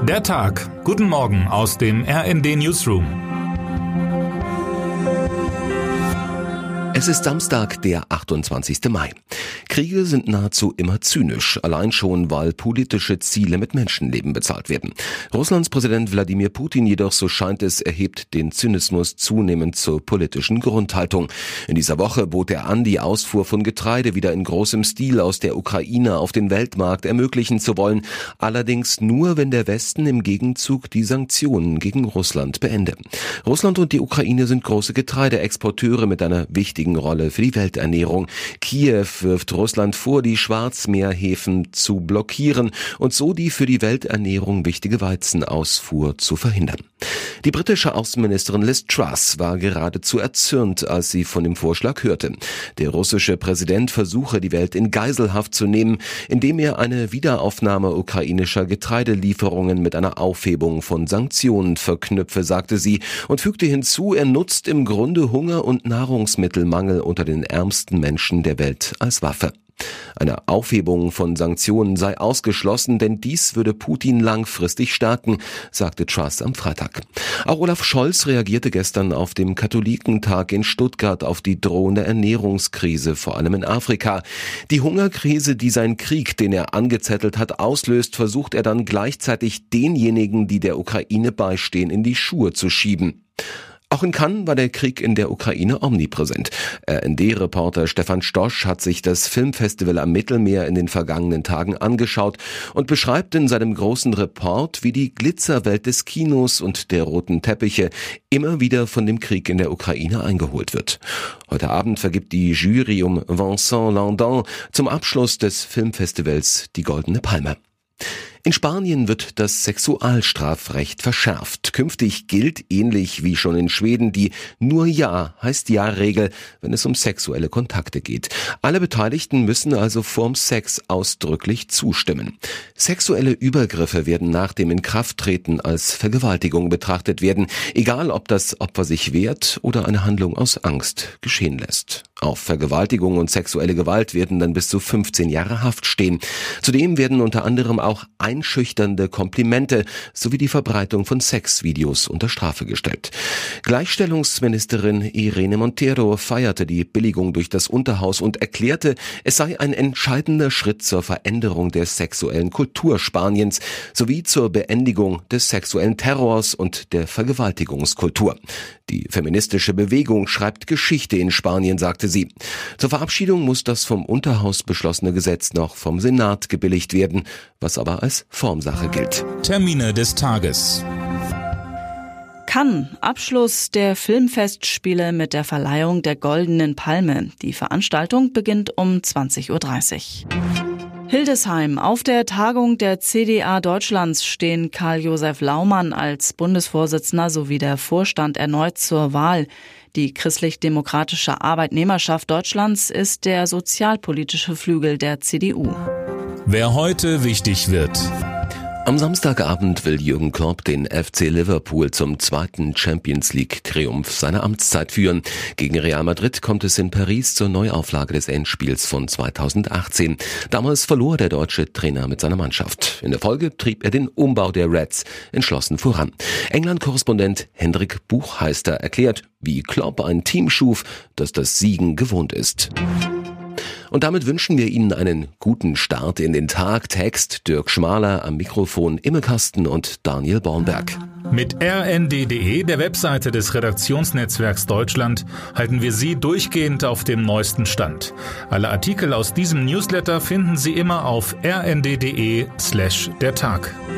Der Tag. Guten Morgen aus dem RND Newsroom. Es ist Samstag, der 28. Mai. Kriege sind nahezu immer zynisch, allein schon, weil politische Ziele mit Menschenleben bezahlt werden. Russlands Präsident Wladimir Putin jedoch, so scheint es, erhebt den Zynismus zunehmend zur politischen Grundhaltung. In dieser Woche bot er an, die Ausfuhr von Getreide wieder in großem Stil aus der Ukraine auf den Weltmarkt ermöglichen zu wollen, allerdings nur, wenn der Westen im Gegenzug die Sanktionen gegen Russland beende. Russland und die Ukraine sind große Getreideexporteure mit einer wichtigen Rolle für die Welternährung. Kiew wirft Russland vor, die Schwarzmeerhäfen zu blockieren und so die für die Welternährung wichtige Weizenausfuhr zu verhindern. Die britische Außenministerin Liz Truss war geradezu erzürnt, als sie von dem Vorschlag hörte. Der russische Präsident versuche, die Welt in Geiselhaft zu nehmen, indem er eine Wiederaufnahme ukrainischer Getreidelieferungen mit einer Aufhebung von Sanktionen verknüpfe, sagte sie und fügte hinzu, er nutzt im Grunde Hunger und Nahrungsmittelmangel unter den ärmsten Menschen der Welt als Waffe. Eine Aufhebung von Sanktionen sei ausgeschlossen, denn dies würde Putin langfristig stärken, sagte Truss am Freitag. Auch Olaf Scholz reagierte gestern auf dem Katholikentag in Stuttgart auf die drohende Ernährungskrise, vor allem in Afrika. Die Hungerkrise, die sein Krieg, den er angezettelt hat, auslöst, versucht er dann gleichzeitig denjenigen, die der Ukraine beistehen, in die Schuhe zu schieben. Auch in Cannes war der Krieg in der Ukraine omnipräsent. RND-Reporter Stefan Stosch hat sich das Filmfestival am Mittelmeer in den vergangenen Tagen angeschaut und beschreibt in seinem großen Report, wie die Glitzerwelt des Kinos und der roten Teppiche immer wieder von dem Krieg in der Ukraine eingeholt wird. Heute Abend vergibt die Jury um Vincent Landon zum Abschluss des Filmfestivals die Goldene Palme. In Spanien wird das Sexualstrafrecht verschärft. Künftig gilt, ähnlich wie schon in Schweden, die Nur Ja heißt Ja-Regel, wenn es um sexuelle Kontakte geht. Alle Beteiligten müssen also vorm Sex ausdrücklich zustimmen. Sexuelle Übergriffe werden nach dem Inkrafttreten als Vergewaltigung betrachtet werden, egal ob das Opfer sich wehrt oder eine Handlung aus Angst geschehen lässt. Auf Vergewaltigung und sexuelle Gewalt werden dann bis zu 15 Jahre Haft stehen. Zudem werden unter anderem auch einschüchternde Komplimente sowie die Verbreitung von Sexvideos unter Strafe gestellt. Gleichstellungsministerin Irene Montero feierte die Billigung durch das Unterhaus und erklärte, es sei ein entscheidender Schritt zur Veränderung der sexuellen Kultur Spaniens sowie zur Beendigung des sexuellen Terrors und der Vergewaltigungskultur. Die feministische Bewegung schreibt Geschichte in Spanien, sagte sie. Zur Verabschiedung muss das vom Unterhaus beschlossene Gesetz noch vom Senat gebilligt werden, was aber als Formsache gilt. Termine des Tages. Cannes, Abschluss der Filmfestspiele mit der Verleihung der Goldenen Palme. Die Veranstaltung beginnt um 20:30 Uhr. Hildesheim. Auf der Tagung der CDA Deutschlands stehen Karl-Josef Laumann als Bundesvorsitzender sowie der Vorstand erneut zur Wahl. Die christlich-demokratische Arbeitnehmerschaft Deutschlands ist der sozialpolitische Flügel der CDU. Wer heute wichtig wird. Am Samstagabend will Jürgen Klopp den FC Liverpool zum zweiten Champions-League-Triumph seiner Amtszeit führen. Gegen Real Madrid kommt es in Paris zur Neuauflage des Endspiels von 2018. Damals verlor der deutsche Trainer mit seiner Mannschaft. In der Folge trieb er den Umbau der Reds entschlossen voran. England-Korrespondent Hendrik Buchheister erklärt, wie Klopp ein Team schuf, das das Siegen gewohnt ist. Und damit wünschen wir Ihnen einen guten Start in den Tag. Text Dirk Schmaler, am Mikrofon Imme Kasten und Daniel Bornberg. Mit rnd.de, der Webseite des Redaktionsnetzwerks Deutschland, halten wir Sie durchgehend auf dem neuesten Stand. Alle Artikel aus diesem Newsletter finden Sie immer auf rnd.de/dertag.